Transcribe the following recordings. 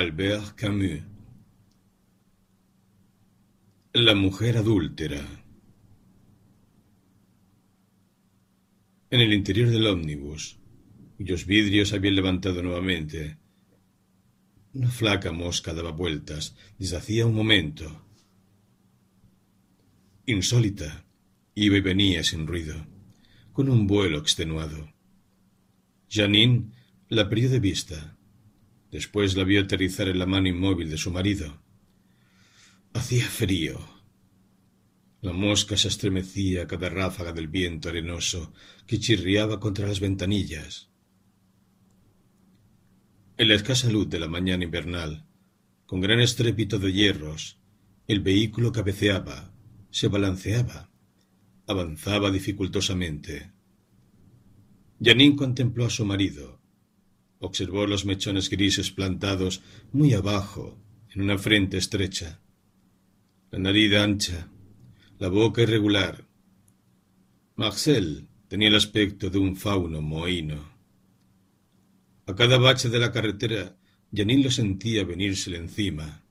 Albert Camus. La mujer adúltera. En el interior del ómnibus, cuyos vidrios habían levantado nuevamente, una flaca mosca daba vueltas desde hacía un momento. Insólita, iba y venía sin ruido, con un vuelo extenuado. Janine la perdió de vista. Después la vio aterrizar en la mano inmóvil de su marido. Hacía frío. La mosca se estremecía a cada ráfaga del viento arenoso que chirriaba contra las ventanillas. En la escasa luz de la mañana invernal, con gran estrépito de hierros, el vehículo cabeceaba, se balanceaba, avanzaba dificultosamente. Janine contempló a su marido. Observó los mechones grises plantados muy abajo, en una frente estrecha, la nariz ancha, la boca irregular. Marcel tenía el aspecto de un fauno mohíno. A cada bache de la carretera, Janine lo sentía venírsele encima.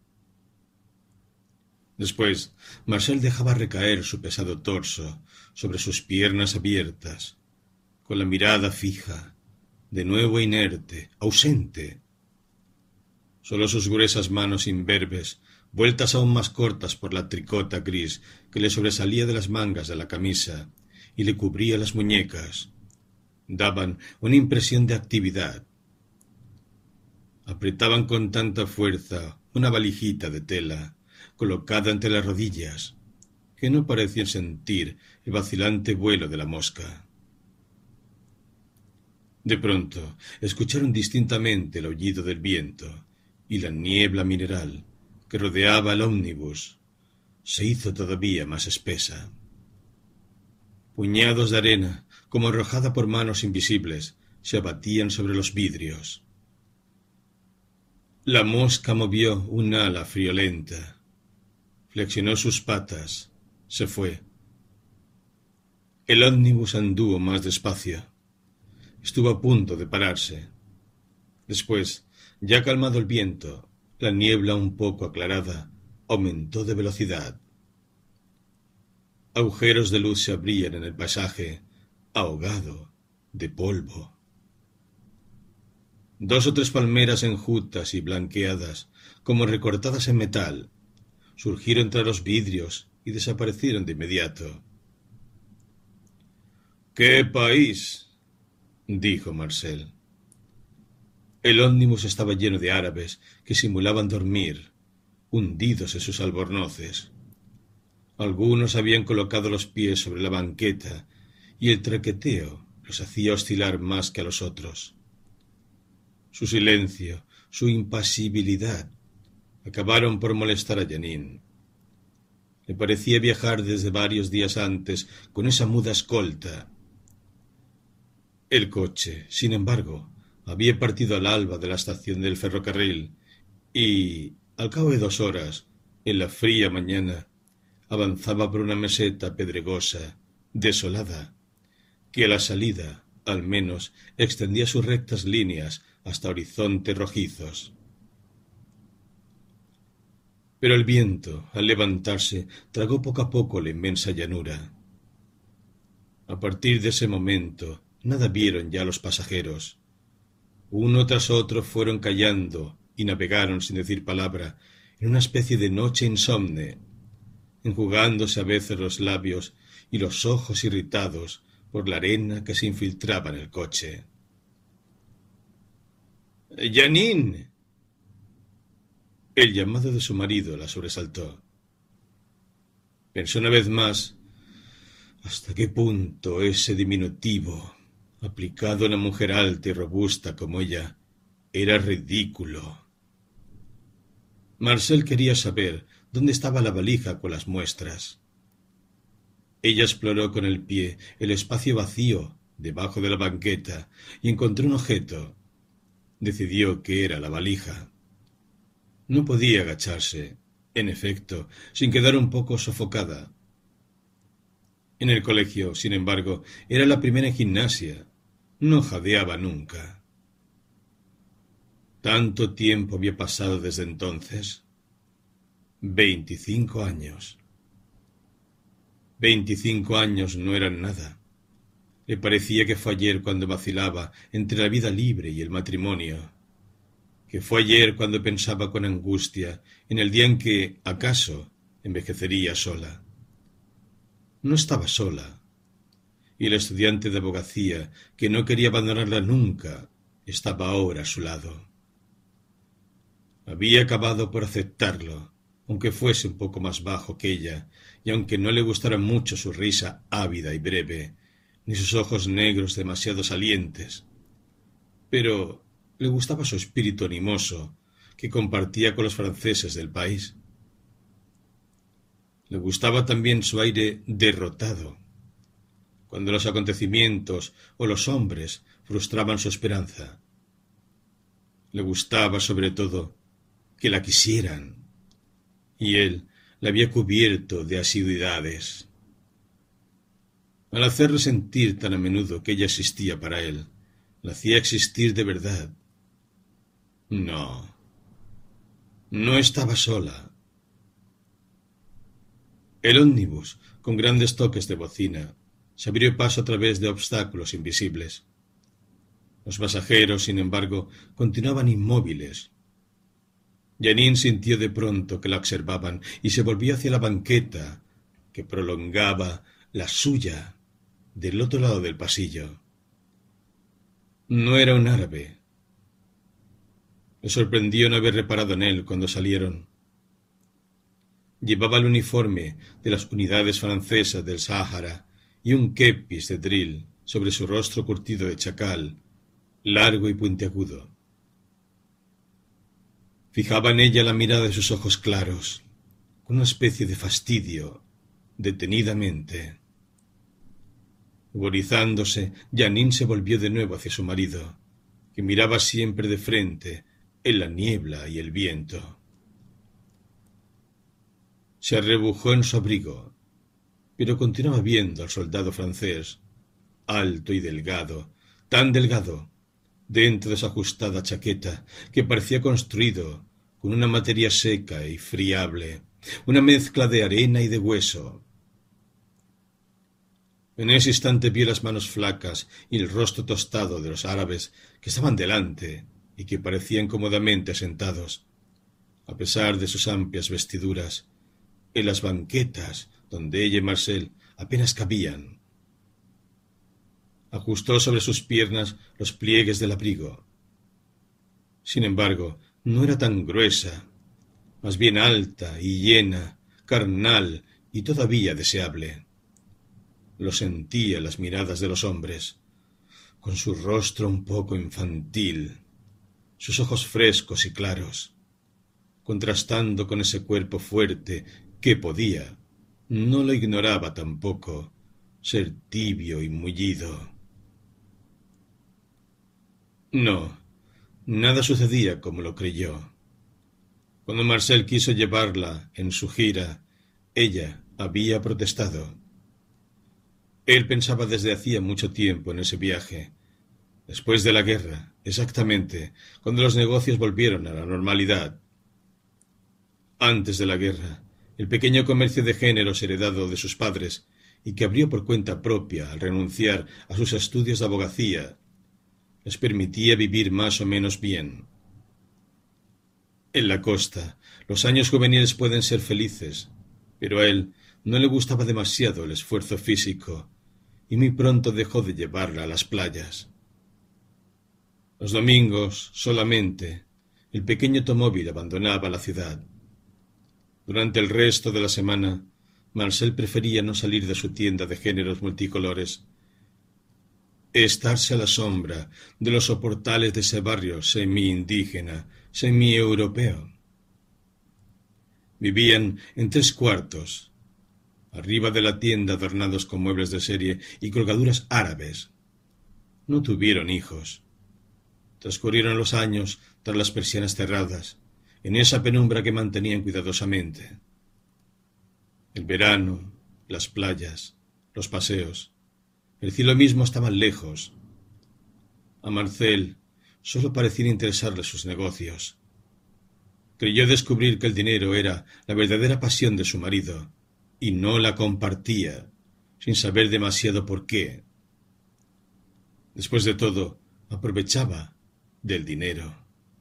Después, Marcel dejaba recaer su pesado torso sobre sus piernas abiertas, con la mirada fija, de nuevo inerte, ausente. Solo sus gruesas manos imberbes, vueltas aún más cortas por la tricota gris que le sobresalía de las mangas de la camisa y le cubría las muñecas, daban una impresión de actividad. Apretaban con tanta fuerza una valijita de tela, colocada entre las rodillas, que no parecían sentir el vacilante vuelo de la mosca. De pronto escucharon distintamente el aullido del viento, y la niebla mineral que rodeaba el ómnibus se hizo todavía más espesa. Puñados de arena, como arrojada por manos invisibles, se abatían sobre los vidrios. La mosca movió un ala friolenta, flexionó sus patas, se fue. El ómnibus anduvo más despacio. Estuvo a punto de pararse. Después, ya calmado el viento, la niebla un poco aclarada aumentó de velocidad. Agujeros de luz se abrían en el paisaje, ahogado de polvo. 2 o 3 palmeras enjutas y blanqueadas, como recortadas en metal, surgieron tras los vidrios y desaparecieron de inmediato. —¡Qué país! —dijo Marcel. El ómnibus estaba lleno de árabes que simulaban dormir, hundidos en sus albornoces. Algunos habían colocado los pies sobre la banqueta y el traqueteo los hacía oscilar más que a los otros. Su silencio, su impasibilidad, acabaron por molestar a Janine. Le parecía viajar desde varios días antes con esa muda escolta. El coche, sin embargo, había partido al alba de la estación del ferrocarril y, al cabo de 2 horas, en la fría mañana, avanzaba por una meseta pedregosa, desolada, que a la salida, al menos, extendía sus rectas líneas hasta horizontes rojizos. Pero el viento, al levantarse, tragó poco a poco la inmensa llanura. A partir de ese momento, nada vieron ya los pasajeros. Uno tras otro fueron callando y navegaron sin decir palabra en una especie de noche insomne, enjugándose a veces los labios y los ojos irritados por la arena que se infiltraba en el coche. —¡Janine! El llamado de su marido la sobresaltó. Pensó una vez más hasta qué punto ese diminutivo, aplicado a una mujer alta y robusta como ella, era ridículo. Marcel quería saber dónde estaba la valija con las muestras. Ella exploró con el pie el espacio vacío debajo de la banqueta y encontró un objeto. Decidió que era la valija. No podía agacharse, en efecto, sin quedar un poco sofocada. En el colegio, sin embargo, era la primera en gimnasia. No jadeaba nunca. Tanto tiempo había pasado desde entonces. 25 años. 25 años no eran nada. Le parecía que fue ayer cuando vacilaba entre la vida libre y el matrimonio, que fue ayer cuando pensaba con angustia en el día en que, acaso, envejecería sola. No estaba sola, y el estudiante de abogacía, que no quería abandonarla nunca, estaba ahora a su lado. Había acabado por aceptarlo, aunque fuese un poco más bajo que ella, y aunque no le gustara mucho su risa ávida y breve, ni sus ojos negros demasiado salientes. Pero le gustaba su espíritu animoso, que compartía con los franceses del país. Le gustaba también su aire derrotado, cuando los acontecimientos o los hombres frustraban su esperanza. Le gustaba, sobre todo, que la quisieran, y él la había cubierto de asiduidades. Al hacerle sentir tan a menudo que ella existía para él, la hacía existir de verdad. No, no estaba sola. El ómnibus, con grandes toques de bocina, se abrió paso a través de obstáculos invisibles. Los pasajeros, sin embargo, continuaban inmóviles. Janine sintió de pronto que la observaban y se volvió hacia la banqueta que prolongaba la suya del otro lado del pasillo. No era un árabe. Le sorprendió no haber reparado en él cuando salieron. Llevaba el uniforme de las unidades francesas del Sáhara y un kepis de drill sobre su rostro curtido de chacal, largo y puntiagudo. Fijaba en ella la mirada de sus ojos claros, con una especie de fastidio, detenidamente. Ruborizándose, Janine se volvió de nuevo hacia su marido, que miraba siempre de frente, en la niebla y el viento. Se arrebujó en su abrigo, pero continuaba viendo al soldado francés, alto y delgado, tan delgado, dentro de esa ajustada chaqueta que parecía construido con una materia seca y friable, una mezcla de arena y de hueso. En ese instante vio las manos flacas y el rostro tostado de los árabes que estaban delante y que parecían cómodamente sentados, a pesar de sus amplias vestiduras, en las banquetas donde ella y Marcel apenas cabían. Ajustó sobre sus piernas los pliegues del abrigo. Sin embargo, no era tan gruesa, más bien alta y llena, carnal y todavía deseable. Lo sentía en las miradas de los hombres, con su rostro un poco infantil, sus ojos frescos y claros, contrastando con ese cuerpo fuerte que podía, no lo ignoraba tampoco, ser tibio y mullido. No, nada sucedía como lo creyó. Cuando Marcel quiso llevarla en su gira, ella había protestado. Él pensaba desde hacía mucho tiempo en ese viaje, después de la guerra, exactamente, cuando los negocios volvieron a la normalidad. Antes de la guerra, el pequeño comercio de géneros heredado de sus padres y que abrió por cuenta propia al renunciar a sus estudios de abogacía, les permitía vivir más o menos bien. En la costa, los años juveniles pueden ser felices, pero a él no le gustaba demasiado el esfuerzo físico, y muy pronto dejó de llevarla a las playas. Los domingos, solamente, el pequeño automóvil abandonaba la ciudad. Durante el resto de la semana, Marcel prefería no salir de su tienda de géneros multicolores, estarse a la sombra de los soportales de ese barrio semi-indígena, semi-europeo. Vivían en 3 cuartos, arriba de la tienda adornados con muebles de serie y colgaduras árabes. No tuvieron hijos. Transcurrieron los años tras las persianas cerradas, en esa penumbra que mantenían cuidadosamente. El verano, las playas, los paseos, el cielo mismo estaban lejos. A Marcel solo parecían interesarle sus negocios. Creyó descubrir que el dinero era la verdadera pasión de su marido, y no la compartía, sin saber demasiado por qué. Después de todo, aprovechaba del dinero.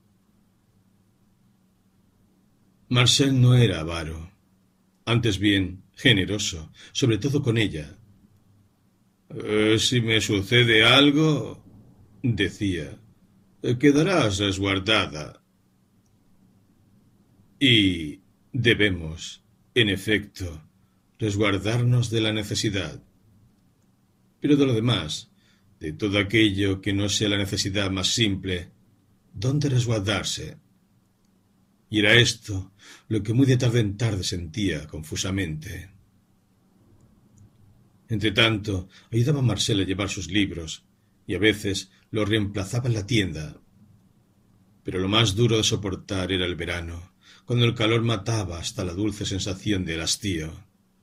Marcel no era avaro, antes bien generoso, sobre todo con ella. Si me sucede algo, decía, quedarás resguardada. Y debemos, en efecto, resguardarnos de la necesidad. Pero de lo demás, de todo aquello que no sea la necesidad más simple, ¿dónde resguardarse? Y era esto lo que muy de tarde en tarde sentía confusamente. Entretanto, ayudaba a Marcel a llevar sus libros, y a veces los reemplazaba en la tienda. Pero lo más duro de soportar era el verano, cuando el calor mataba hasta la dulce sensación del hastío.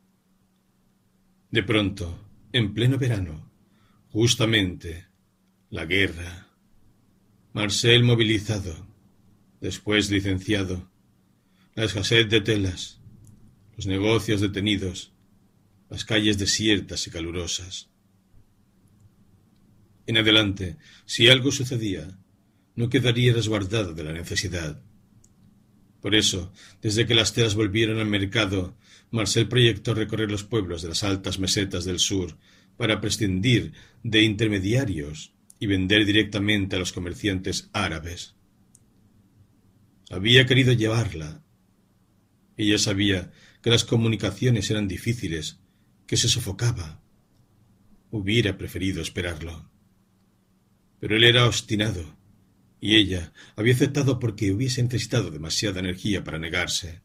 De pronto, en pleno verano, justamente, la guerra. Marcel movilizado, después licenciado, la escasez de telas, los negocios detenidos, las calles desiertas y calurosas. En adelante, si algo sucedía, no quedaría resguardado de la necesidad. Por eso, desde que las telas volvieron al mercado, Marcel proyectó recorrer los pueblos de las altas mesetas del sur para prescindir de intermediarios y vender directamente a los comerciantes árabes. Había querido llevarla. Ella sabía que las comunicaciones eran difíciles, que se sofocaba. Hubiera preferido esperarlo. Pero él era obstinado, y ella había aceptado porque hubiese necesitado demasiada energía para negarse.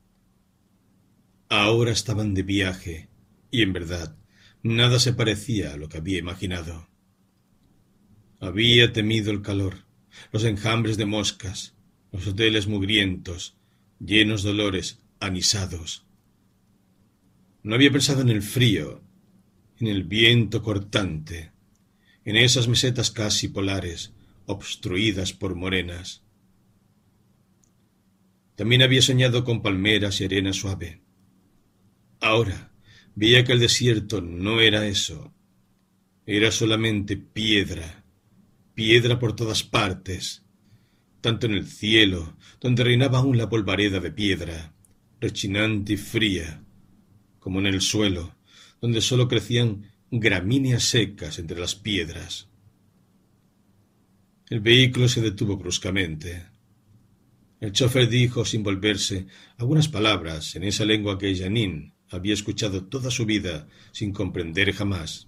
Ahora estaban de viaje, y en verdad, nada se parecía a lo que había imaginado. Había temido el calor, los enjambres de moscas, los hoteles mugrientos, llenos de olores anisados. No había pensado en el frío, en el viento cortante, en esas mesetas casi polares, obstruidas por morenas. También había soñado con palmeras y arena suave. Ahora veía que el desierto no era eso. Era solamente piedra, piedra por todas partes, tanto en el cielo, donde reinaba aún la polvareda de piedra, rechinante y fría, como en el suelo, donde sólo crecían gramíneas secas entre las piedras. El vehículo se detuvo bruscamente. El chofer dijo, sin volverse, algunas palabras en esa lengua que Jeanine había escuchado toda su vida sin comprender jamás.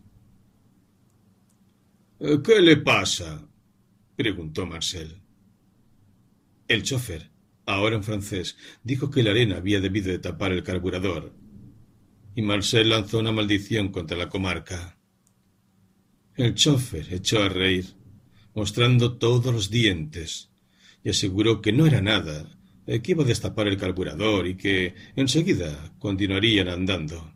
—¿Qué le pasa? —preguntó Marcel. El chofer, ahora en francés, dijo que la arena había debido de tapar el carburador, y Marcel lanzó una maldición contra la comarca. El chofer echó a reír, mostrando todos los dientes, y aseguró que no era nada, que iba a destapar el carburador y que enseguida continuarían andando.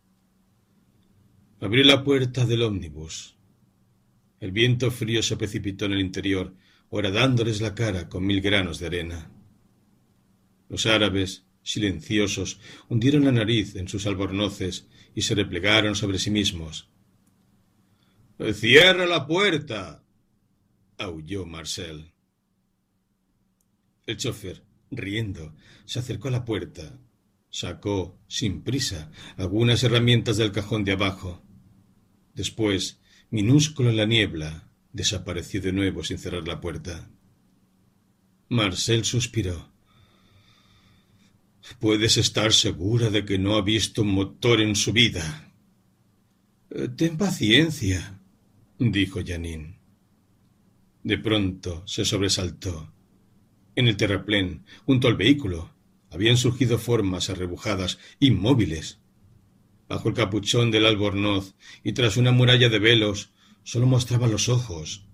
Abrió la puerta del ómnibus. El viento frío se precipitó en el interior, horadándoles la cara con 1000 granos de arena. Los árabes, silenciosos, hundieron la nariz en sus albornoces y se replegaron sobre sí mismos. —¡Cierra la puerta! —aulló Marcel. El chofer, riendo, se acercó a la puerta. Sacó, sin prisa, algunas herramientas del cajón de abajo. Después, minúsculo en la niebla, desapareció de nuevo sin cerrar la puerta. Marcel suspiró. —Puedes estar segura de que no ha visto un motor en su vida. —Ten paciencia —dijo Jeanine. De pronto se sobresaltó. En el terraplén, junto al vehículo, habían surgido formas arrebujadas, inmóviles. Bajo el capuchón del albornoz y tras una muralla de velos, solo mostraban los ojos.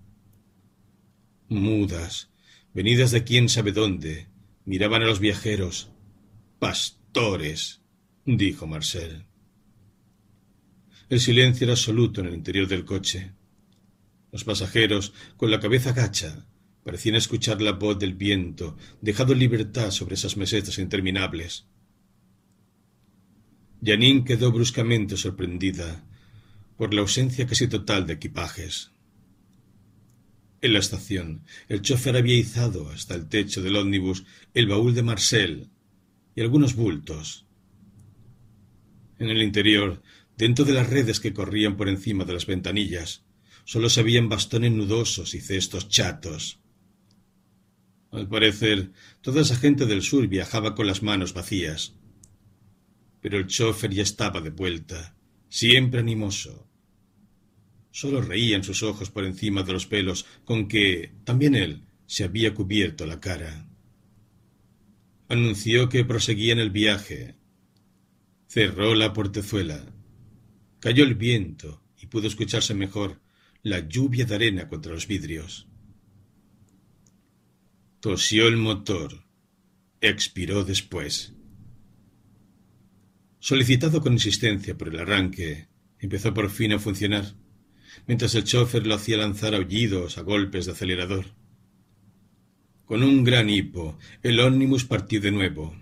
Mudas, venidas de quién sabe dónde, miraban a los viajeros. —¡Pastores! —dijo Marcel. El silencio era absoluto en el interior del coche. Los pasajeros, con la cabeza gacha, Parecían escuchar la voz del viento, dejado en libertad sobre esas mesetas interminables. Janine quedó bruscamente sorprendida por la ausencia casi total de equipajes. En la estación, el chofer había izado hasta el techo del ómnibus el baúl de Marcel y algunos bultos. En el interior, dentro de las redes que corrían por encima de las ventanillas, solo se veían bastones nudosos y cestos chatos. Al parecer, toda esa gente del sur viajaba con las manos vacías. Pero el chofer ya estaba de vuelta, siempre animoso. Solo reían sus ojos por encima de los pelos con que también él se había cubierto la cara. Anunció que proseguían el viaje. Cerró la portezuela. Cayó el viento y pudo escucharse mejor la lluvia de arena contra los vidrios. Tosió el motor. Expiró después. Solicitado con insistencia por el arranque, empezó por fin a funcionar, mientras el chofer lo hacía lanzar aullidos a golpes de acelerador. Con un gran hipo, el ómnibus partió de nuevo.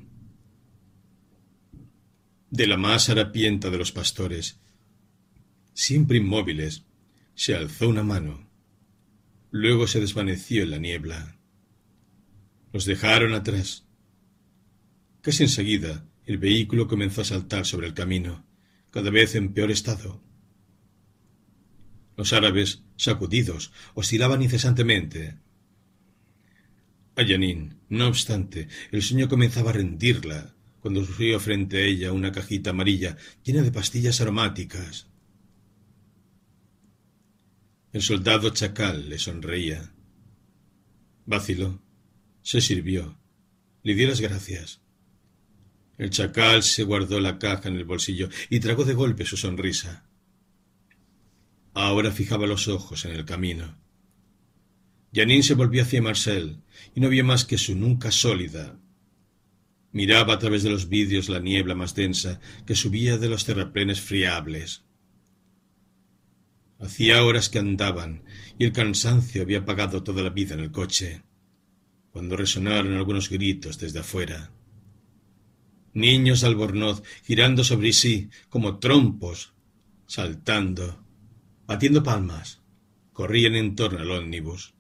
De la más harapienta de los pastores, siempre inmóviles, se alzó una mano. Luego se desvaneció en la niebla. Los dejaron atrás. Casi enseguida, el vehículo comenzó a saltar sobre el camino, cada vez en peor estado. Los árabes, sacudidos, oscilaban incesantemente. A Janine, no obstante, el sueño comenzaba a rendirla cuando surgió frente a ella una cajita amarilla llena de pastillas aromáticas. El soldado chacal le sonreía. Vaciló. Se sirvió. Le dio las gracias. El chacal se guardó la caja en el bolsillo y tragó de golpe su sonrisa. Ahora fijaba los ojos en el camino. Janine se volvió hacia Marcel y no vio más que su nuca sólida. Miraba a través de los vidrios la niebla más densa que subía de los terraplenes friables. Hacía horas que andaban y el cansancio había apagado toda la vida en el coche, cuando resonaron algunos gritos desde afuera. Niños de Albornoz girando sobre sí como trompos, saltando, batiendo palmas, corrían en torno al ómnibus.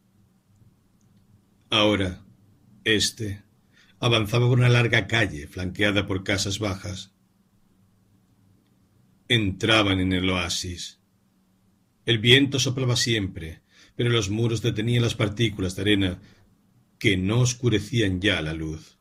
Ahora, avanzaba por una larga calle flanqueada por casas bajas. Entraban en el oasis. El viento soplaba siempre, pero los muros detenían las partículas de arena que no oscurecían ya la luz.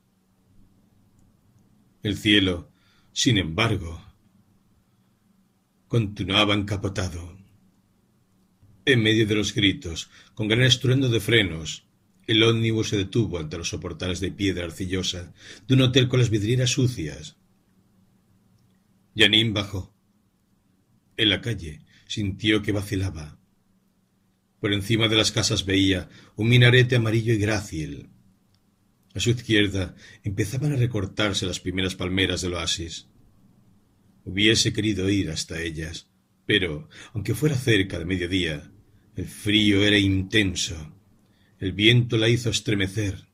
El cielo, sin embargo, continuaba encapotado. En medio de los gritos, con gran estruendo de frenos, el ómnibus se detuvo ante los soportales de piedra arcillosa de un hotel con las vidrieras sucias. Janine bajó. En la calle sintió que vacilaba. Por encima de las casas veía un minarete amarillo y grácil. A su izquierda empezaban a recortarse las primeras palmeras del oasis. Hubiese querido ir hasta ellas, pero, aunque fuera cerca de mediodía, el frío era intenso. El viento la hizo estremecer.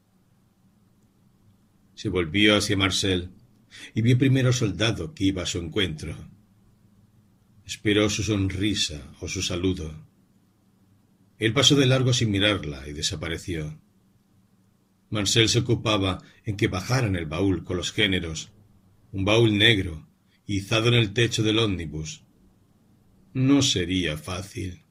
Se volvió hacia Marcel y vio primero al soldado que iba a su encuentro. Esperó su sonrisa o su saludo. Él pasó de largo sin mirarla y desapareció. Marcel se ocupaba en que bajaran el baúl con los géneros, un baúl negro, izado en el techo del ómnibus. No sería fácil.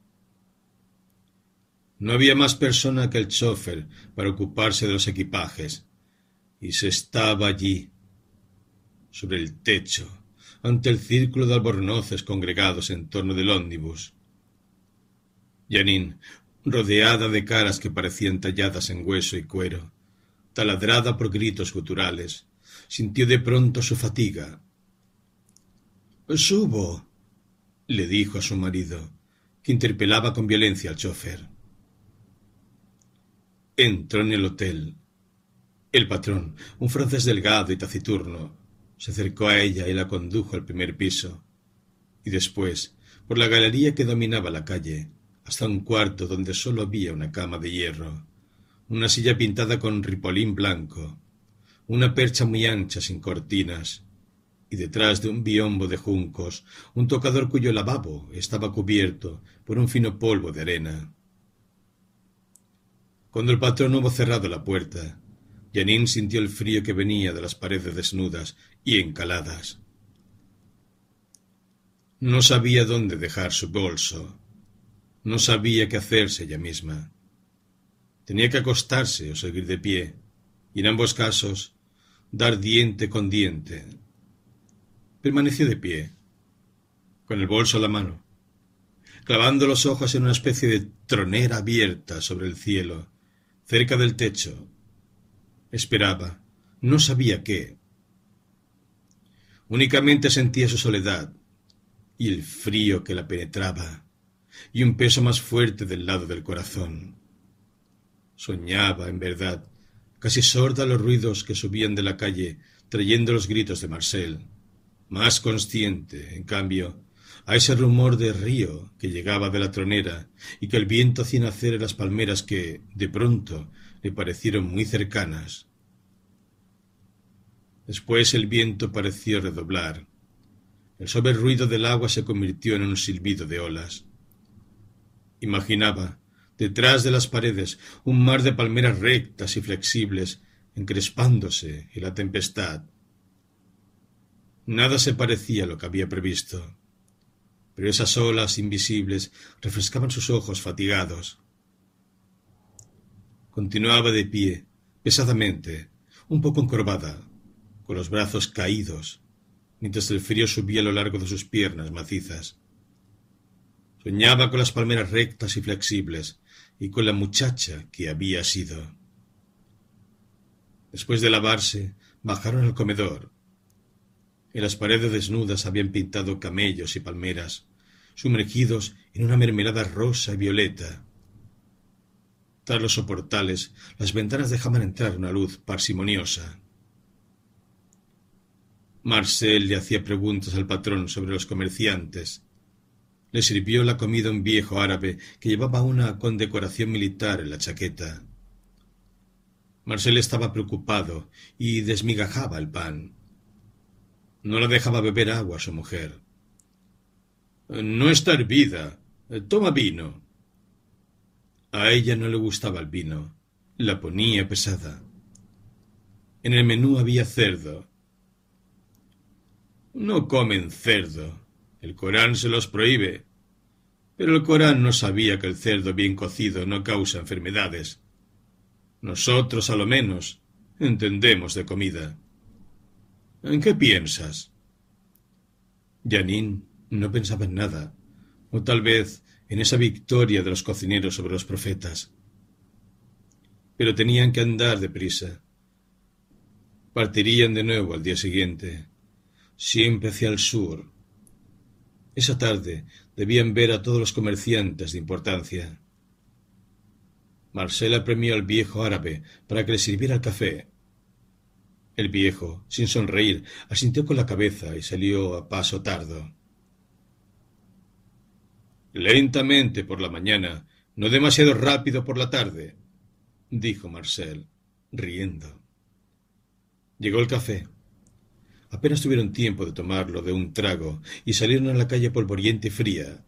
No había más persona que el chofer para ocuparse de los equipajes, y se estaba allí, sobre el techo, ante el círculo de albornoces congregados en torno del ómnibus. Janine, rodeada de caras que parecían talladas en hueso y cuero, taladrada por gritos guturales, sintió de pronto su fatiga. «Subo», le dijo a su marido, que interpelaba con violencia al chofer. Entró en el hotel. El patrón, un francés delgado y taciturno, se acercó a ella y la condujo al primer piso, y después, por la galería que dominaba la calle, hasta un cuarto donde solo había una cama de hierro, una silla pintada con ripolín blanco, una percha muy ancha sin cortinas, y detrás de un biombo de juncos, un tocador cuyo lavabo estaba cubierto por un fino polvo de arena. Cuando el patrón hubo cerrado la puerta, Janine sintió el frío que venía de las paredes desnudas y encaladas. No sabía dónde dejar su bolso. No sabía qué hacerse ella misma. Tenía que acostarse o seguir de pie, y en ambos casos dar diente con diente. Permaneció de pie, con el bolso a la mano, clavando los ojos en una especie de tronera abierta sobre el cielo, cerca del techo. Esperaba, no sabía qué. Únicamente sentía su soledad y el frío que la penetraba, y un peso más fuerte del lado del corazón. Soñaba, en verdad, casi sorda a los ruidos que subían de la calle, trayendo los gritos de Marcel, más consciente, en cambio, a ese rumor de río que llegaba de la tronera y que el viento hacía nacer en las palmeras que, de pronto, le parecieron muy cercanas. Después el viento pareció redoblar. El suave ruido del agua se convirtió en un silbido de olas. Imaginaba, detrás de las paredes, un mar de palmeras rectas y flexibles, encrespándose en la tempestad. Nada se parecía a lo que había previsto, pero esas olas invisibles refrescaban sus ojos fatigados. Continuaba de pie, pesadamente, un poco encorvada, con los brazos caídos, mientras el frío subía a lo largo de sus piernas macizas. Soñaba con las palmeras rectas y flexibles y con la muchacha que había sido. Después de lavarse, bajaron al comedor. En las paredes desnudas habían pintado camellos y palmeras, sumergidos en una mermelada rosa y violeta. Tras los soportales, las ventanas dejaban entrar una luz parsimoniosa. Marcel le hacía preguntas al patrón sobre los comerciantes. Le sirvió la comida un viejo árabe que llevaba una condecoración militar en la chaqueta. Marcel estaba preocupado y desmigajaba el pan. No la dejaba beber agua a su mujer. «No está hervida. Toma vino». A ella no le gustaba el vino. La ponía pesada. En el menú había cerdo. «No comen cerdo. El Corán se los prohíbe». Pero el Corán no sabía que el cerdo bien cocido no causa enfermedades. Nosotros, a lo menos, entendemos de comida. ¿En qué piensas? Janine no pensaba en nada, o tal vez en esa victoria de los cocineros sobre los profetas. Pero tenían que andar deprisa. Partirían de nuevo al día siguiente, siempre hacia el sur. Esa tarde debían ver a todos los comerciantes de importancia. Marcel apremió al viejo árabe para que le sirviera el café. El viejo, sin sonreír, asintió con la cabeza y salió a paso tardo. «Lentamente por la mañana, no demasiado rápido por la tarde», dijo Marcel, riendo. Llegó el café. Apenas tuvieron tiempo de tomarlo de un trago y salieron a la calle polvorienta y fría.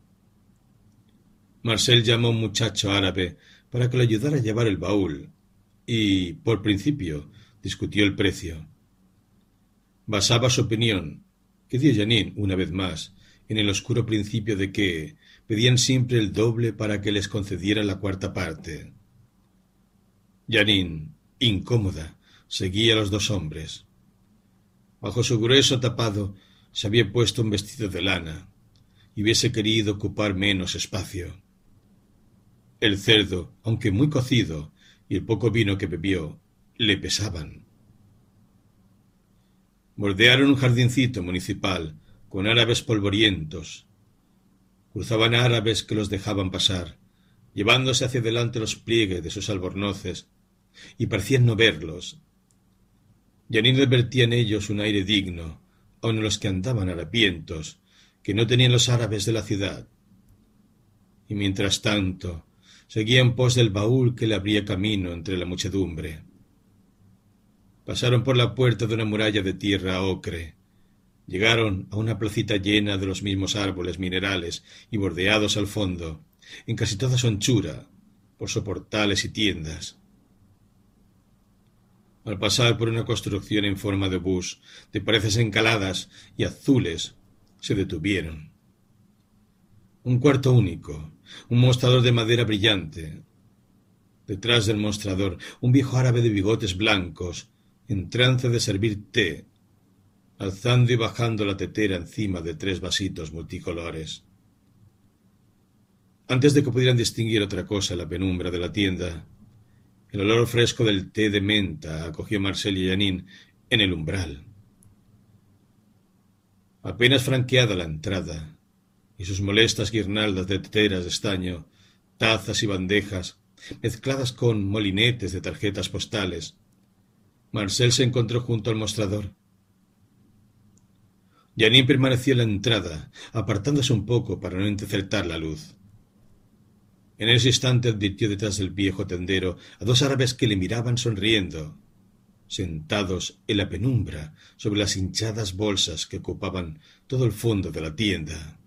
Marcel llamó a un muchacho árabe para que le ayudara a llevar el baúl y, por principio, discutió el precio. Basaba su opinión, que dio Janine una vez más, en el oscuro principio de que pedían siempre el doble para que les concedieran la cuarta parte. Janine, incómoda, seguía a los dos hombres. Bajo su grueso tapado se había puesto un vestido de lana y hubiese querido ocupar menos espacio. El cerdo, aunque muy cocido, y el poco vino que bebió, le pesaban. Bordearon un jardincito municipal con árabes polvorientos. Cruzaban árabes que los dejaban pasar, llevándose hacia adelante los pliegues de sus albornoces, y parecían no verlos. Janine advertía en ellos un aire digno, aun en los que andaban harapientos, que no tenían los árabes de la ciudad. y mientras tanto seguía en pos del baúl que le abría camino entre la muchedumbre. Pasaron por la puerta de una muralla de tierra ocre. Llegaron a una placita llena de los mismos árboles minerales y bordeados al fondo, en casi toda su anchura, por soportales y tiendas. Al pasar por una construcción en forma de obús, de paredes encaladas y azules, se detuvieron. Un cuarto único, un mostrador de madera brillante. Detrás del mostrador, un viejo árabe de bigotes blancos, en trance de servir té, alzando y bajando la tetera encima de 3 vasitos multicolores. Antes de que pudieran distinguir otra cosa en la penumbra de la tienda, el olor fresco del té de menta acogió a Marcel y a Janine en el umbral. Apenas franqueada la entrada, y sus molestas guirnaldas de teteras de estaño, tazas y bandejas, mezcladas con molinetes de tarjetas postales, Marcel se encontró junto al mostrador. Janine permaneció en la entrada, apartándose un poco para no interceptar la luz. En ese instante advirtió detrás del viejo tendero a 2 árabes que le miraban sonriendo, sentados en la penumbra sobre las hinchadas bolsas que ocupaban todo el fondo de la tienda.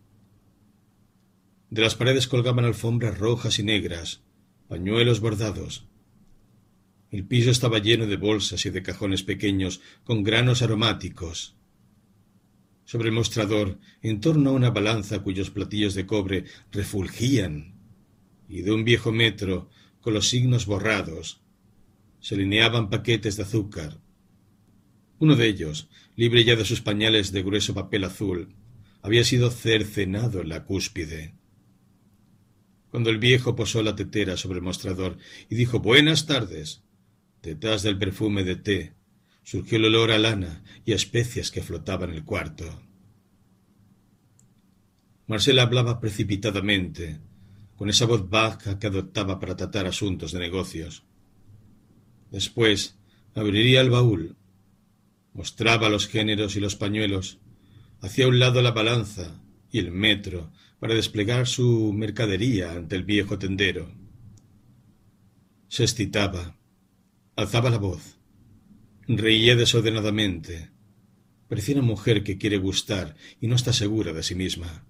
De las paredes colgaban alfombras rojas y negras, pañuelos bordados. El piso estaba lleno de bolsas y de cajones pequeños con granos aromáticos. Sobre el mostrador, en torno a una balanza cuyos platillos de cobre refulgían, y de un viejo metro con los signos borrados, se alineaban paquetes de azúcar. Uno de ellos, libre ya de sus pañales de grueso papel azul, había sido cercenado en la cúspide. Cuando el viejo posó la tetera sobre el mostrador y dijo «Buenas tardes», detrás del perfume de té surgió el olor a lana y a especias que flotaban en el cuarto. Marcel hablaba precipitadamente, con esa voz baja que adoptaba para tratar asuntos de negocios. Después abriría el baúl, mostraba los géneros y los pañuelos, hacía a un lado la balanza y el metro para desplegar su mercadería ante el viejo tendero. Se excitaba, alzaba la voz, reía desordenadamente. Parecía una mujer que quiere gustar y no está segura de sí misma.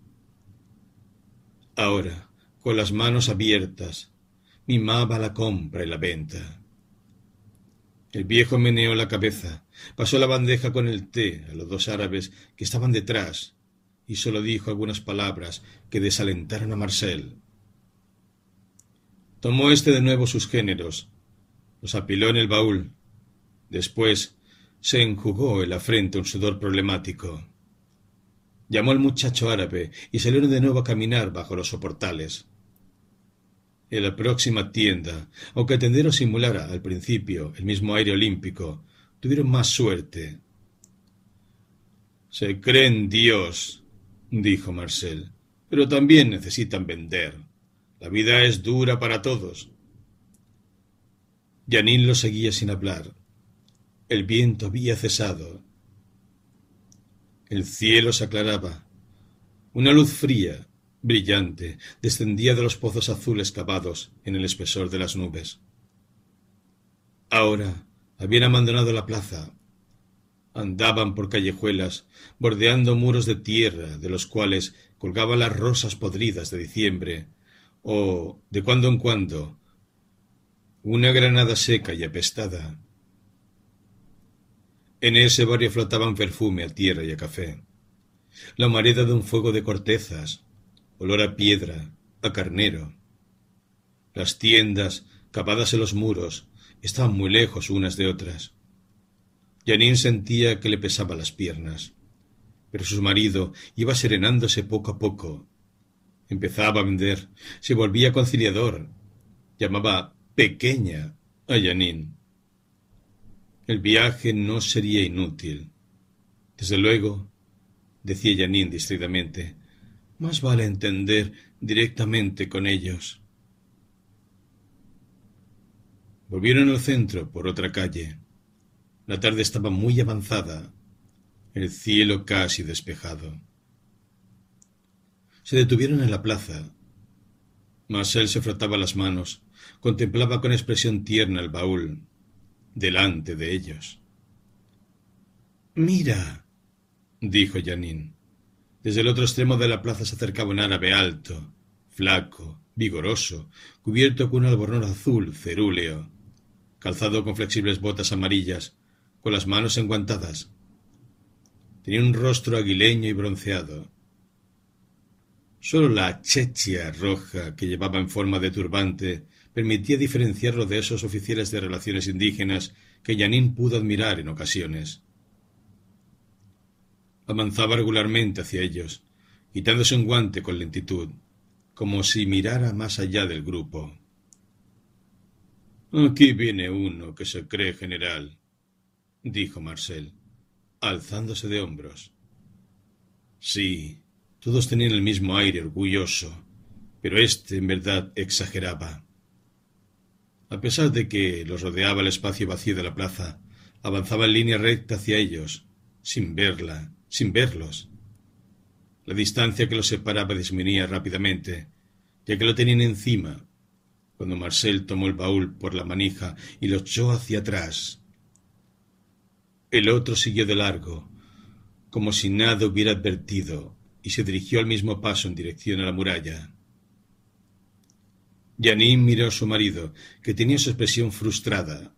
Ahora, con las manos abiertas, mimaba la compra y la venta. El viejo meneó la cabeza, pasó la bandeja con el té a los 2 árabes que estaban detrás y solo dijo algunas palabras que desalentaron a Marcel. Tomó de nuevo sus géneros, los apiló en el baúl. Después se enjugó en la frente un sudor problemático. Llamó al muchacho árabe y salieron de nuevo a caminar bajo los soportales. En la próxima tienda, aunque el tendero simulara al principio el mismo aire olímpico, tuvieron más suerte. «Se creen Dios», dijo Marcel, «pero también necesitan vender. La vida es dura para todos». Janine lo seguía sin hablar. El viento había cesado. El cielo se aclaraba. Una luz fría, brillante, descendía de los pozos azules cavados en el espesor de las nubes. Ahora habían abandonado la plaza. Andaban por callejuelas, bordeando muros de tierra de los cuales colgaban las rosas podridas de diciembre, o, de cuando en cuando, una granada seca y apestada. En ese barrio flotaban perfume a tierra y a café, la humareda de un fuego de cortezas, olor a piedra, a carnero. Las tiendas, cavadas en los muros, estaban muy lejos unas de otras. Janine sentía que le pesaban las piernas, pero su marido iba serenándose poco a poco. Empezaba a vender, se volvía conciliador, llamaba pequeña a Janine. El viaje no sería inútil. Desde luego, decía Janine distraídamente, más vale entender directamente con ellos. Volvieron al centro por otra calle. La tarde estaba muy avanzada, el cielo casi despejado. Se detuvieron en la plaza. Marcel se frotaba las manos, contemplaba con expresión tierna el baúl, delante de ellos. «Mira», dijo Jeanine. Desde el otro extremo de la plaza se acercaba un árabe alto, flaco, vigoroso, cubierto con un albornoz azul cerúleo, calzado con flexibles botas amarillas, con las manos enguantadas. Tenía un rostro aguileño y bronceado. Sólo la chechia roja que llevaba en forma de turbante permitía diferenciarlo de esos oficiales de relaciones indígenas que Jeanine pudo admirar en ocasiones. Avanzaba regularmente hacia ellos, quitándose un guante con lentitud, como si mirara más allá del grupo. «Aquí viene uno que se cree general», dijo Marcel, alzándose de hombros. Sí, todos tenían el mismo aire orgulloso, pero éste en verdad exageraba. A pesar de que los rodeaba el espacio vacío de la plaza, avanzaba en línea recta hacia ellos, sin verlos. La distancia que los separaba disminuía rápidamente, ya que lo tenían encima, cuando Marcel tomó el baúl por la manija y lo echó hacia atrás. El otro siguió de largo, como si nada hubiera advertido, y se dirigió al mismo paso en dirección a la muralla. Jeanine miró a su marido, que tenía su expresión frustrada.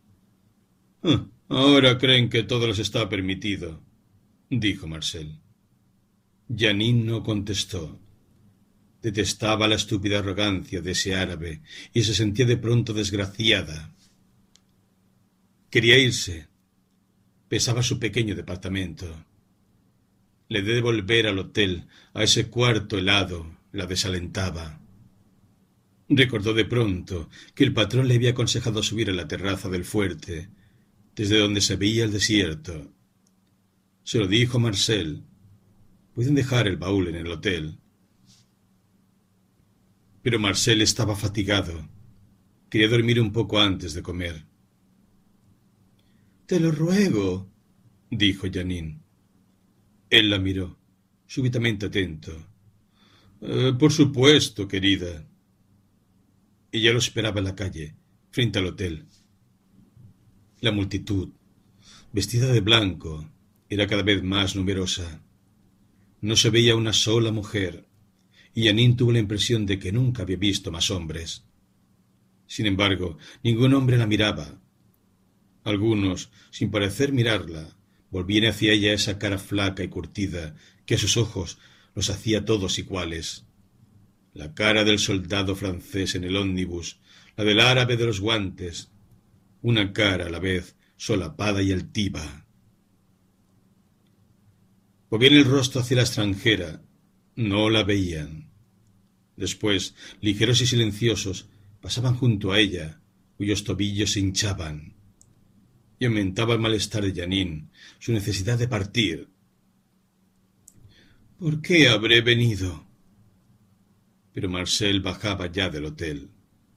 «Ahora creen que todo les está permitido», dijo Marcel. Jeanine no contestó. Detestaba la estúpida arrogancia de ese árabe y se sentía de pronto desgraciada. Quería irse. Pesaba su pequeño departamento. Le de volver al hotel, a ese cuarto helado, la desalentaba. Recordó de pronto que el patrón le había aconsejado subir a la terraza del fuerte, desde donde se veía el desierto. Se lo dijo a Marcel. Pueden dejar el baúl en el hotel. Pero Marcel estaba fatigado. Quería dormir un poco antes de comer. «Te lo ruego», dijo Jeanine. Él la miró, súbitamente atento. «Por supuesto, querida». Ella lo esperaba en la calle, frente al hotel. La multitud, vestida de blanco, era cada vez más numerosa. No se veía una sola mujer, y Jeanine tuvo la impresión de que nunca había visto más hombres. Sin embargo, ningún hombre la miraba. Algunos, sin parecer mirarla, volvían hacia ella esa cara flaca y curtida que a sus ojos los hacía todos iguales. La cara del soldado francés en el ómnibus, la del árabe de los guantes, una cara a la vez solapada y altiva. Volvían el rostro hacia la extranjera, no la veían. Después, ligeros y silenciosos, pasaban junto a ella, cuyos tobillos se hinchaban. Y aumentaba el malestar de Jeanine, su necesidad de partir. «¿Por qué habré venido?» Pero Marcel bajaba ya del hotel.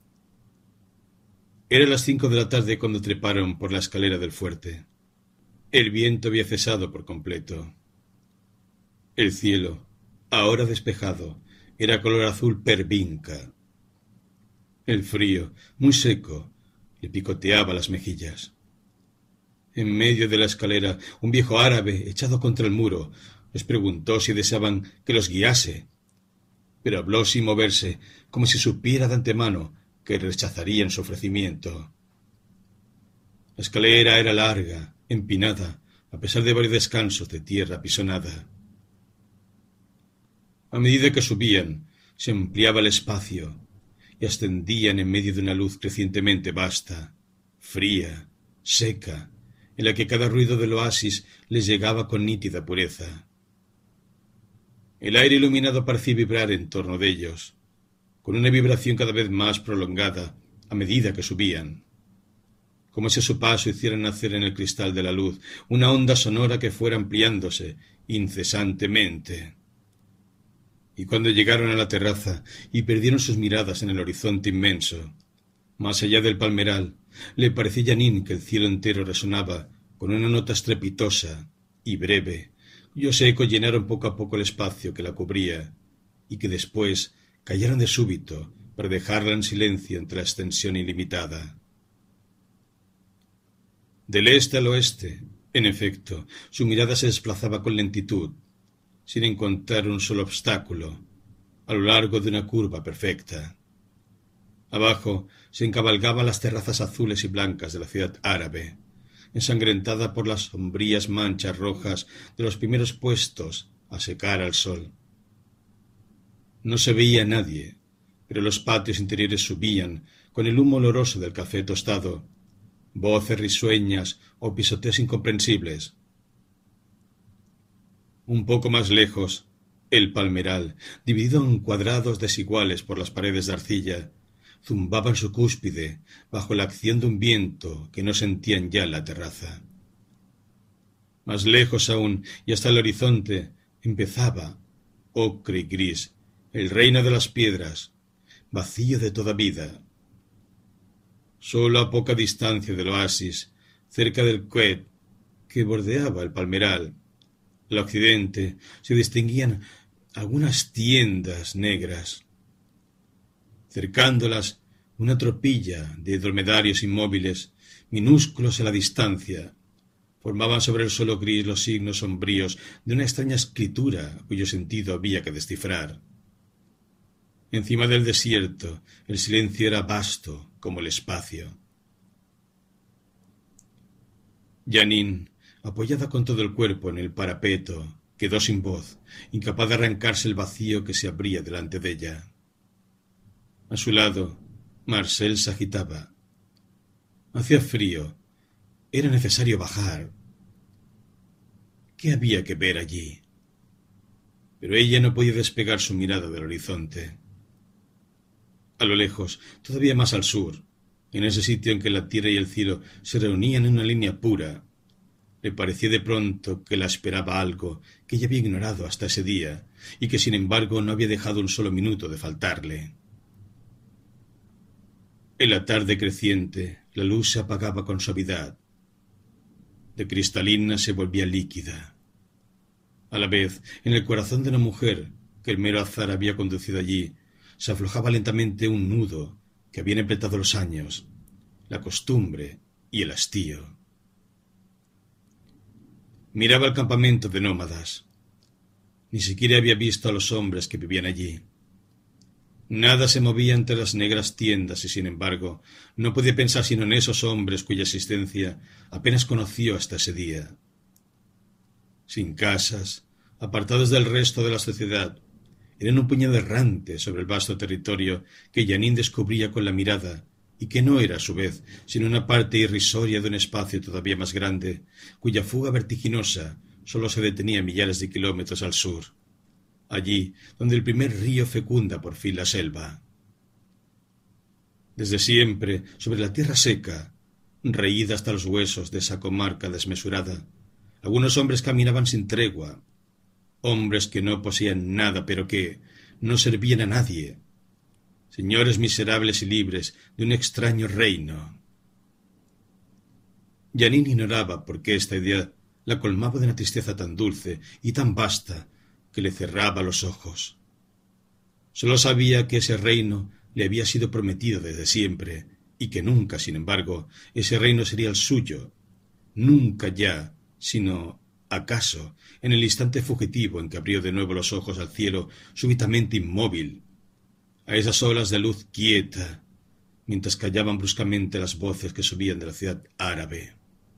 Eran las 5 de la tarde cuando treparon por la escalera del fuerte. El viento había cesado por completo. El cielo, ahora despejado, era color azul pervinca. El frío, muy seco, le picoteaba las mejillas. En medio de la escalera, un viejo árabe, echado contra el muro, les preguntó si deseaban que los guiase, pero habló sin moverse, como si supiera de antemano que rechazarían su ofrecimiento. La escalera era larga, empinada, a pesar de varios descansos de tierra pisonada. A medida que subían, se ampliaba el espacio y ascendían en medio de una luz crecientemente vasta, fría, seca, en la que cada ruido del oasis les llegaba con nítida pureza. El aire iluminado parecía vibrar en torno de ellos, con una vibración cada vez más prolongada a medida que subían, como si a su paso hicieran nacer en el cristal de la luz una onda sonora que fuera ampliándose incesantemente. Y cuando llegaron a la terraza y perdieron sus miradas en el horizonte inmenso, más allá del palmeral, le pareció a Jeanine que el cielo entero resonaba con una nota estrepitosa y breve, cuyos ecos llenaron poco a poco el espacio que la cubría, y que después cayeron de súbito para dejarla en silencio entre la extensión ilimitada. Del este al oeste, en efecto, su mirada se desplazaba con lentitud, sin encontrar un solo obstáculo, a lo largo de una curva perfecta. Abajo se encabalgaban las terrazas azules y blancas de la ciudad árabe, ensangrentada por las sombrías manchas rojas de los primeros puestos a secar al sol. No se veía a nadie, pero los patios interiores subían, con el humo oloroso del café tostado, voces risueñas o pisoteos incomprensibles. Un poco más lejos, el palmeral, dividido en cuadrados desiguales por las paredes de arcilla, zumbaba en su cúspide bajo la acción de un viento que no sentían ya en la terraza. Más lejos aún, y hasta el horizonte, empezaba, ocre y gris, el reino de las piedras, vacío de toda vida. Solo a poca distancia del oasis, cerca del Quet, que bordeaba el palmeral, al occidente, se distinguían algunas tiendas negras. Cercándolas, una tropilla de dromedarios inmóviles, minúsculos a la distancia, formaban sobre el suelo gris los signos sombríos de una extraña escritura cuyo sentido había que descifrar. Encima del desierto, el silencio era vasto como el espacio. Janine, apoyada con todo el cuerpo en el parapeto, quedó sin voz, incapaz de arrancarse el vacío que se abría delante de ella. A su lado, Marcel se agitaba. Hacía frío. Era necesario bajar. ¿Qué había que ver allí? Pero ella no podía despegar su mirada del horizonte. A lo lejos, todavía más al sur, en ese sitio en que la tierra y el cielo se reunían en una línea pura, le parecía de pronto que la esperaba algo que ella había ignorado hasta ese día y que sin embargo no había dejado un solo minuto de faltarle. En la tarde creciente, la luz se apagaba con suavidad. De cristalina se volvía líquida. A la vez, en el corazón de una mujer que el mero azar había conducido allí, se aflojaba lentamente un nudo que habían apretado los años, la costumbre y el hastío. Miraba el campamento de nómadas. Ni siquiera había visto a los hombres que vivían allí. Nada se movía entre las negras tiendas y, sin embargo, no podía pensar sino en esos hombres cuya existencia apenas conoció hasta ese día. Sin casas, apartados del resto de la sociedad, eran un puñado errante sobre el vasto territorio que Janine descubría con la mirada y que no era, a su vez, sino una parte irrisoria de un espacio todavía más grande, cuya fuga vertiginosa sólo se detenía millares de kilómetros al sur, allí donde el primer río fecunda por fin la selva. Desde siempre, sobre la tierra seca, reída hasta los huesos de esa comarca desmesurada, algunos hombres caminaban sin tregua, hombres que no poseían nada pero que no servían a nadie, señores miserables y libres de un extraño reino. Janine ignoraba por qué esta idea la colmaba de una tristeza tan dulce y tan vasta que le cerraba los ojos. Sólo sabía que ese reino le había sido prometido desde siempre y que nunca, sin embargo, ese reino sería el suyo, nunca ya, sino acaso en el instante fugitivo en que abrió de nuevo los ojos al cielo súbitamente inmóvil, a esas olas de luz quieta, mientras callaban bruscamente las voces que subían de la ciudad árabe.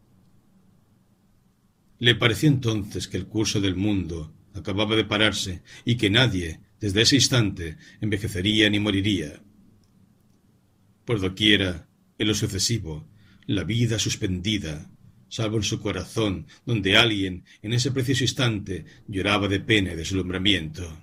Le pareció entonces que el curso del mundo acababa de pararse y que nadie, desde ese instante, envejecería ni moriría. Por doquiera, en lo sucesivo, la vida suspendida, salvo en su corazón, donde alguien, en ese preciso instante, lloraba de pena y deslumbramiento.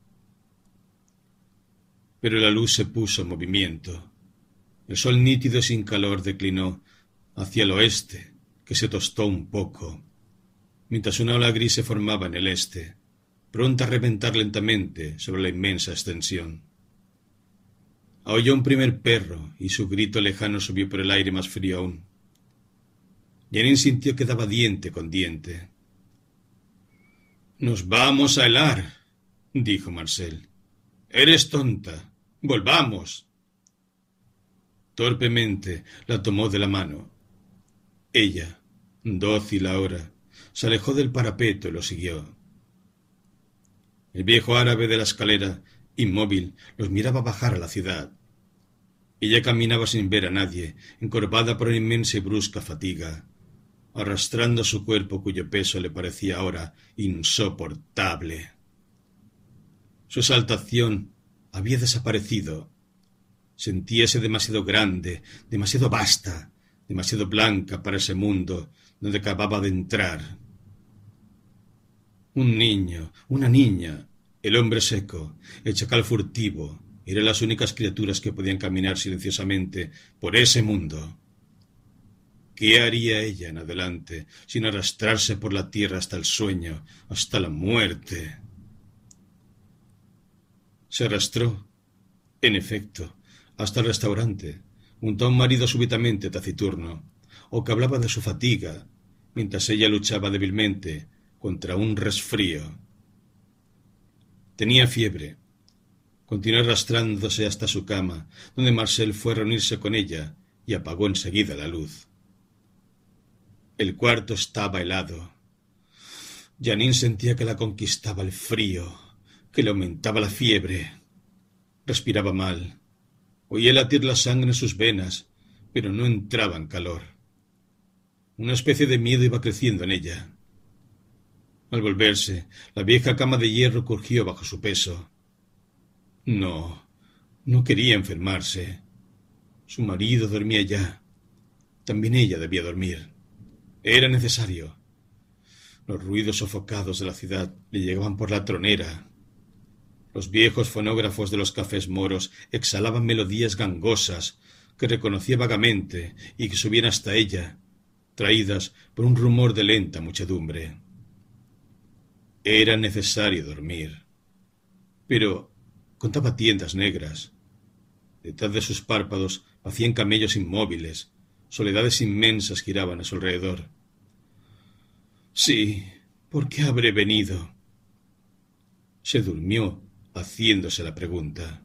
Pero la luz se puso en movimiento. El sol nítido y sin calor declinó hacia el oeste, que se tostó un poco, mientras una ola gris se formaba en el este, pronta a reventar lentamente sobre la inmensa extensión. Aulló un primer perro y su grito lejano subió por el aire más frío aún. Janine sintió que daba diente con diente. «Nos vamos a helar», dijo Marcel. Eres tonta. Volvamos. Torpemente la tomó de la mano. Ella, dócil ahora, se alejó del parapeto y lo siguió. El viejo árabe de la escalera, inmóvil, los miraba bajar a la ciudad. Ella caminaba sin ver a nadie, encorvada por una inmensa y brusca fatiga, arrastrando su cuerpo cuyo peso le parecía ahora insoportable. Su exaltación había desaparecido. Sentíase demasiado grande, demasiado vasta, demasiado blanca para ese mundo donde acababa de entrar. Un niño, una niña, el hombre seco, el chacal furtivo, eran las únicas criaturas que podían caminar silenciosamente por ese mundo. ¿Qué haría ella en adelante sin arrastrarse por la tierra hasta el sueño, hasta la muerte? Se arrastró, en efecto, hasta el restaurante, junto a un marido súbitamente taciturno, o que hablaba de su fatiga, mientras ella luchaba débilmente contra un resfrío. Tenía fiebre. Continuó arrastrándose hasta su cama, donde Marcel fue a reunirse con ella y apagó enseguida la luz. El cuarto estaba helado. Janine sentía que la conquistaba el frío, que le aumentaba la fiebre. Respiraba mal. Oía latir la sangre en sus venas, pero no entraba en calor. Una especie de miedo iba creciendo en ella. Al volverse, la vieja cama de hierro crujió bajo su peso. No, no quería enfermarse. Su marido dormía ya. También ella debía dormir. Era necesario. Los ruidos sofocados de la ciudad le llegaban por la tronera. Los viejos fonógrafos de los cafés moros exhalaban melodías gangosas que reconocía vagamente y que subían hasta ella, traídas por un rumor de lenta muchedumbre. Era necesario dormir. Pero contaba tiendas negras. Detrás de sus párpados pacían camellos inmóviles. Soledades inmensas giraban a su alrededor. Sí, ¿por qué habré venido? Se durmió haciéndose la pregunta.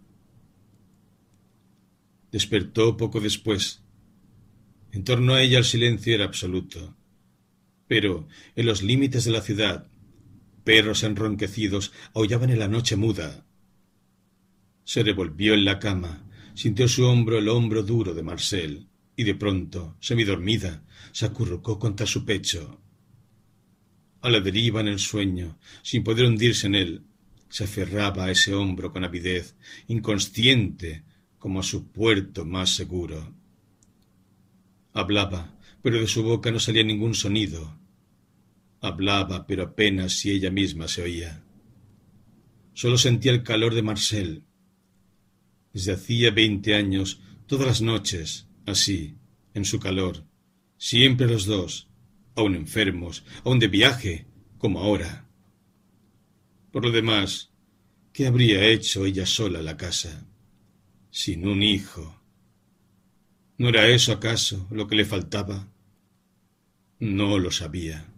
Despertó poco después. En torno a ella el silencio era absoluto. Pero en los límites de la ciudad, perros enronquecidos aullaban en la noche muda. Se revolvió en la cama, sintió su hombro el hombro duro de Marcel, y de pronto, semidormida, se acurrucó contra su pecho. A la deriva en el sueño, sin poder hundirse en él, se aferraba a ese hombro con avidez, inconsciente como a su puerto más seguro. Hablaba, pero de su boca no salía ningún sonido. Hablaba, pero apenas si ella misma se oía. Solo sentía el calor de Marcel. Desde hacía 20 años, todas las noches, así, en su calor, siempre los dos, aun enfermos, aun de viaje, como ahora. Por lo demás, ¿qué habría hecho ella sola en la casa? Sin un hijo. ¿No era eso acaso lo que le faltaba? No lo sabía.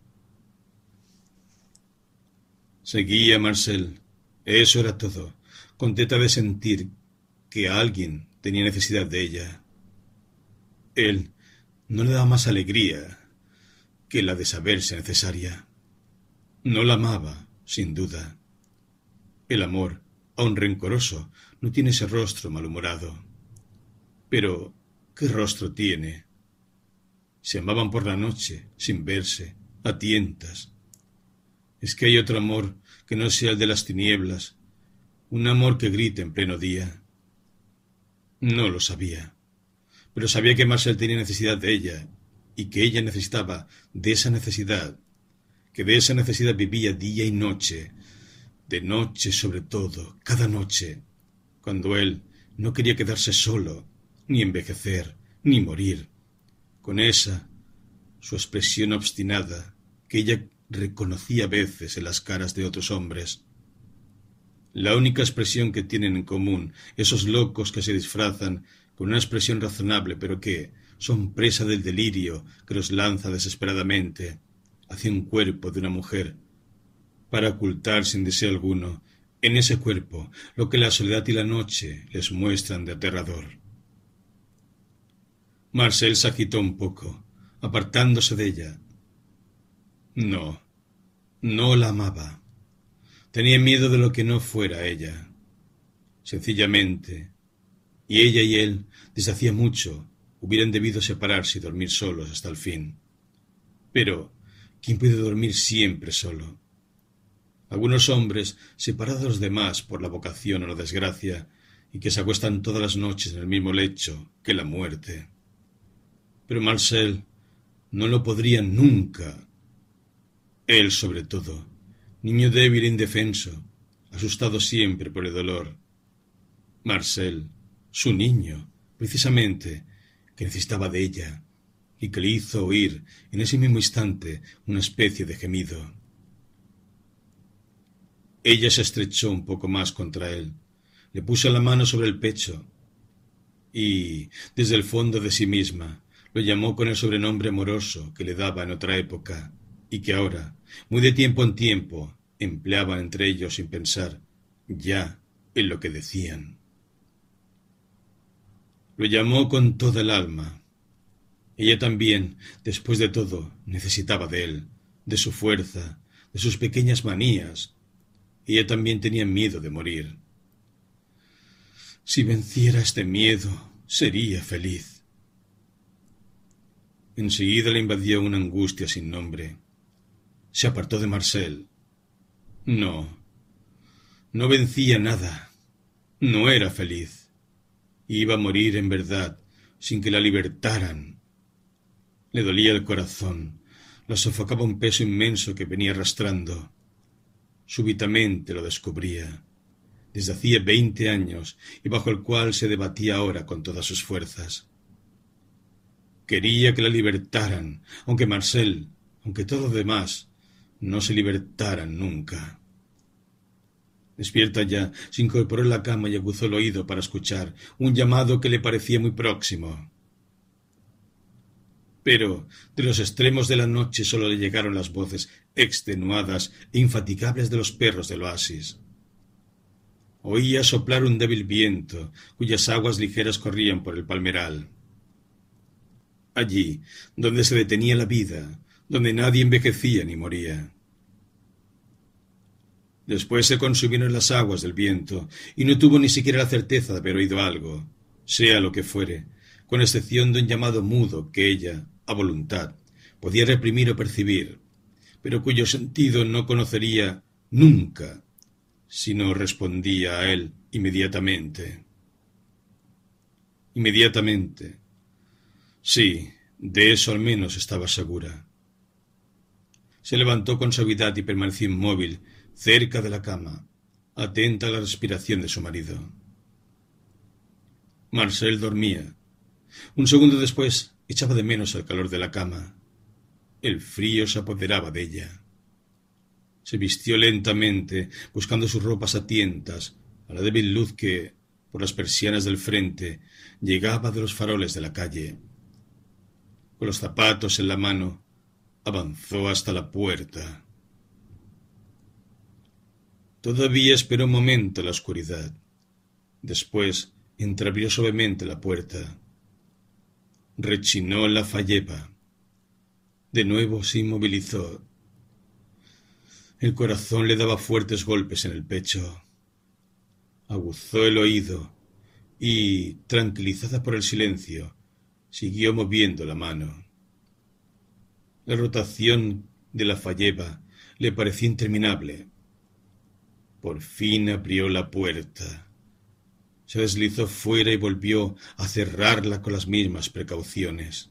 Seguía Marcel. Eso era todo, contenta de sentir que alguien tenía necesidad de ella. Él no le daba más alegría que la de saberse necesaria. No la amaba, sin duda. El amor, aun rencoroso, no tiene ese rostro malhumorado. Pero, ¿qué rostro tiene? Se amaban por la noche, sin verse, a tientas. ¿Es que hay otro amor que no sea el de las tinieblas? Un amor que grite en pleno día. No lo sabía, pero sabía que Marcel tenía necesidad de ella, y que ella necesitaba de esa necesidad, que de esa necesidad vivía día y noche, de noche sobre todo, cada noche, cuando él no quería quedarse solo, ni envejecer, ni morir, con esa, su expresión obstinada, que ella reconocía a veces en las caras de otros hombres. La única expresión que tienen en común esos locos que se disfrazan con una expresión razonable, pero que son presa del delirio que los lanza desesperadamente hacia un cuerpo de una mujer, para ocultar sin deseo alguno en ese cuerpo lo que la soledad y la noche les muestran de aterrador. Marcel se agitó un poco, apartándose de ella. No, no la amaba. Tenía miedo de lo que no fuera ella. Sencillamente, y ella y él, desde hacía mucho, hubieran debido separarse y dormir solos hasta el fin. Pero, ¿quién puede dormir siempre solo? Algunos hombres, separados de los demás por la vocación o la desgracia, y que se acuestan todas las noches en el mismo lecho que la muerte. Pero Marcel no lo podría nunca. Él, sobre todo, niño débil e indefenso, asustado siempre por el dolor. Marcel, su niño, precisamente, que necesitaba de ella, y que le hizo oír en ese mismo instante una especie de gemido. Ella se estrechó un poco más contra él, le puso la mano sobre el pecho y, desde el fondo de sí misma, lo llamó con el sobrenombre amoroso que le daba en otra época y que ahora, muy de tiempo en tiempo, empleaban entre ellos sin pensar ya en lo que decían. Lo llamó con toda el alma. Ella también, después de todo, necesitaba de él, de su fuerza, de sus pequeñas manías. Ella también tenía miedo de morir. Si venciera este miedo, sería feliz. Enseguida le invadió una angustia sin nombre. Se apartó de Marcel. No, no vencía nada. No era feliz. Iba a morir en verdad, sin que la libertaran. Le dolía el corazón. La sofocaba un peso inmenso que venía arrastrando. Súbitamente lo descubría, desde hacía 20 años, y bajo el cual se debatía ahora con todas sus fuerzas. Quería que la libertaran, aunque Marcel, aunque todo lo demás, no se libertaran nunca. Despierta ya, se incorporó en la cama y aguzó el oído para escuchar un llamado que le parecía muy próximo. Pero de los extremos de la noche solo le llegaron las voces extenuadas e infatigables de los perros del oasis. Oía soplar un débil viento, cuyas aguas ligeras corrían por el palmeral. Allí, donde se detenía la vida, donde nadie envejecía ni moría. Después se consumieron las aguas del viento, y no tuvo ni siquiera la certeza de haber oído algo, sea lo que fuere, con excepción de un llamado mudo que ella, a voluntad, podía reprimir o percibir, pero cuyo sentido no conocería nunca, si no respondía a él inmediatamente. Inmediatamente. Sí, de eso al menos estaba segura. Se levantó con suavidad y permaneció inmóvil, cerca de la cama, atenta a la respiración de su marido. Marcel dormía. Un segundo después echaba de menos el calor de la cama. El frío se apoderaba de ella. Se vistió lentamente, buscando sus ropas a tientas, a la débil luz que, por las persianas del frente, llegaba de los faroles de la calle. Con los zapatos en la mano, avanzó hasta la puerta. Todavía esperó un momento en la oscuridad. Después entreabrió suavemente la puerta. Rechinó la falleba. De nuevo se inmovilizó. El corazón le daba fuertes golpes en el pecho. Aguzó el oído y, tranquilizada por el silencio, siguió moviendo la mano. La rotación de la falleba le parecía interminable. Por fin abrió la puerta. Se deslizó fuera y volvió a cerrarla con las mismas precauciones.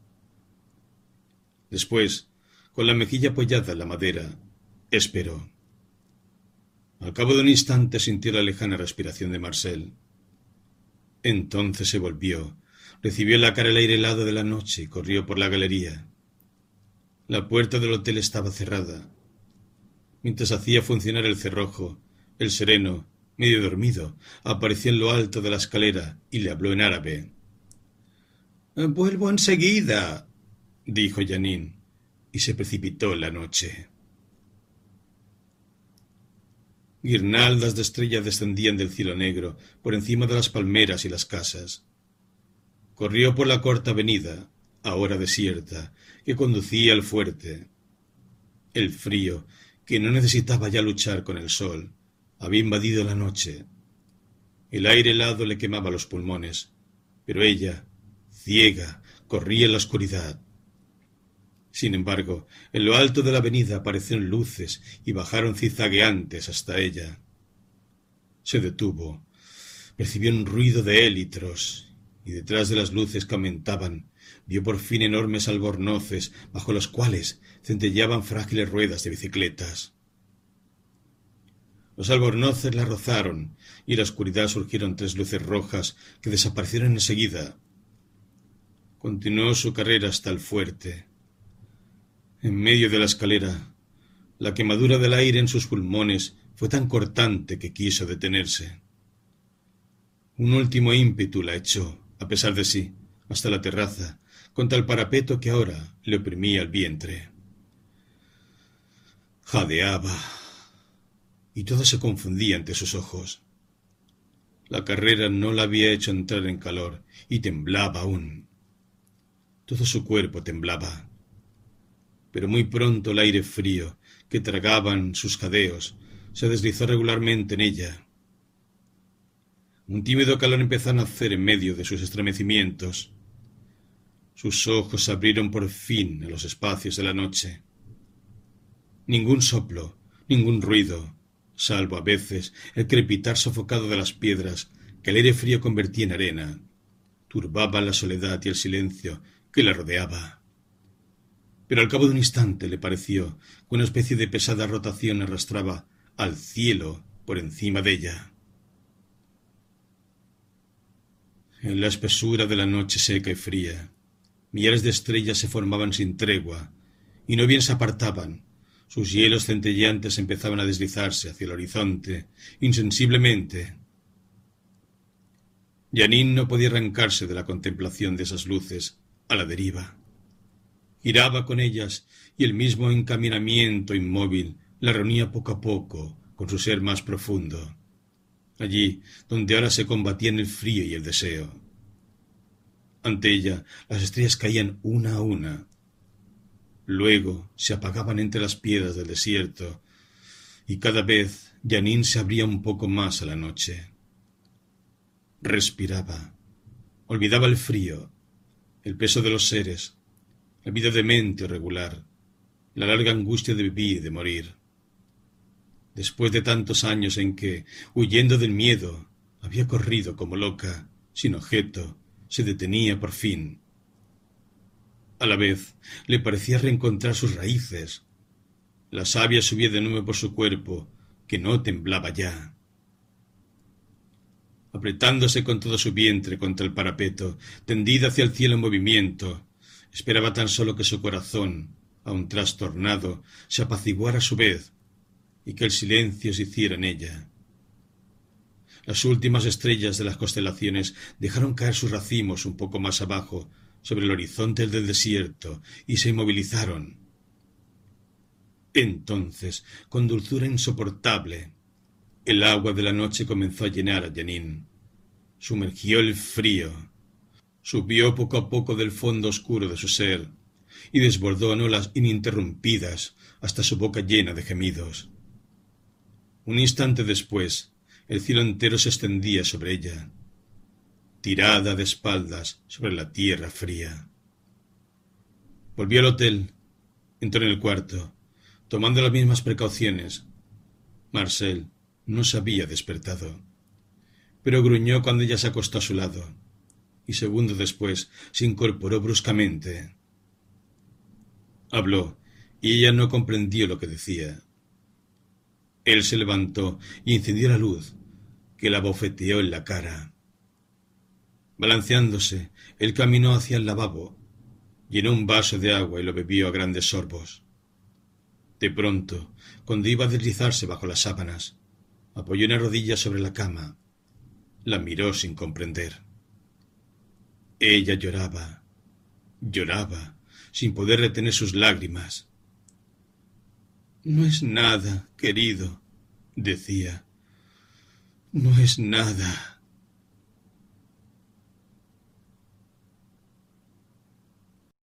Después, con la mejilla apoyada en la madera, esperó. Al cabo de un instante sintió la lejana respiración de Marcel. Entonces se volvió, recibió en la cara el aire helado de la noche y corrió por la galería. La puerta del hotel estaba cerrada. Mientras hacía funcionar el cerrojo, el sereno, medio dormido, apareció en lo alto de la escalera y le habló en árabe. «Vuelvo enseguida», dijo Jeanine, y se precipitó en la noche. Guirnaldas de estrellas descendían del cielo negro por encima de las palmeras y las casas. Corrió por la corta avenida, ahora desierta, que conducía al fuerte. El frío, que no necesitaba ya luchar con el sol, había invadido la noche. El aire helado le quemaba los pulmones, pero ella, ciega, corría en la oscuridad. Sin embargo, en lo alto de la avenida aparecieron luces y bajaron zigzagueantes hasta ella. Se detuvo, percibió un ruido de élitros, y detrás de las luces que aumentaban, vio por fin enormes albornoces bajo los cuales centelleaban frágiles ruedas de bicicletas. Los albornoces la rozaron, y en la oscuridad surgieron 3 luces rojas que desaparecieron enseguida. Continuó su carrera hasta el fuerte. En medio de la escalera, la quemadura del aire en sus pulmones fue tan cortante que quiso detenerse. Un último ímpetu la echó, a pesar de sí, hasta la terraza, contra el parapeto que ahora le oprimía el vientre. Jadeaba, y todo se confundía ante sus ojos. La carrera no la había hecho entrar en calor, y temblaba aún. Todo su cuerpo temblaba. Pero muy pronto el aire frío, que tragaban sus jadeos, se deslizó regularmente en ella. Un tímido calor empezó a nacer en medio de sus estremecimientos. Sus ojos se abrieron por fin a los espacios de la noche. Ningún soplo, ningún ruido, salvo a veces el crepitar sofocado de las piedras que el aire frío convertía en arena, turbaban la soledad y el silencio que la rodeaba. Pero al cabo de un instante le pareció que una especie de pesada rotación arrastraba al cielo por encima de ella. En la espesura de la noche seca y fría, millares de estrellas se formaban sin tregua, y no bien se apartaban, sus hielos centelleantes empezaban a deslizarse hacia el horizonte, insensiblemente. Jeanine no podía arrancarse de la contemplación de esas luces a la deriva. Giraba con ellas, y el mismo encaminamiento inmóvil la reunía poco a poco con su ser más profundo, allí donde ahora se combatían el frío y el deseo. Ante ella las estrellas caían una a una. Luego se apagaban entre las piedras del desierto, y cada vez Jeanine se abría un poco más a la noche. Respiraba, olvidaba el frío, el peso de los seres, la vida demente o regular, la larga angustia de vivir y de morir. Después de tantos años en que, huyendo del miedo, había corrido como loca, sin objeto, se detenía por fin. A la vez le parecía reencontrar sus raíces. La savia subía de nuevo por su cuerpo, que no temblaba ya. Apretándose con todo su vientre contra el parapeto, tendida hacia el cielo en movimiento, esperaba tan solo que su corazón, aun trastornado, se apaciguara a su vez, y que el silencio se hiciera en ella. Las últimas estrellas de las constelaciones dejaron caer sus racimos un poco más abajo, sobre el horizonte del desierto, y se inmovilizaron. Entonces, con dulzura insoportable, el agua de la noche comenzó a llenar a Jeanine. Sumergió el frío, subió poco a poco del fondo oscuro de su ser, y desbordó en olas ininterrumpidas hasta su boca llena de gemidos. Un instante después, el cielo entero se extendía sobre ella, tirada de espaldas sobre la tierra fría. Volvió al hotel, entró en el cuarto, tomando las mismas precauciones. Marcel no se había despertado, pero gruñó cuando ella se acostó a su lado, y segundos después se incorporó bruscamente. Habló, y ella no comprendió lo que decía. Él se levantó y encendió la luz, que la abofeteó en la cara. Balanceándose, él caminó hacia el lavabo, llenó un vaso de agua y lo bebió a grandes sorbos. De pronto, cuando iba a deslizarse bajo las sábanas, apoyó una rodilla sobre la cama. La miró sin comprender. Ella lloraba, sin poder retener sus lágrimas. «No es nada, querido», Decía, no es nada.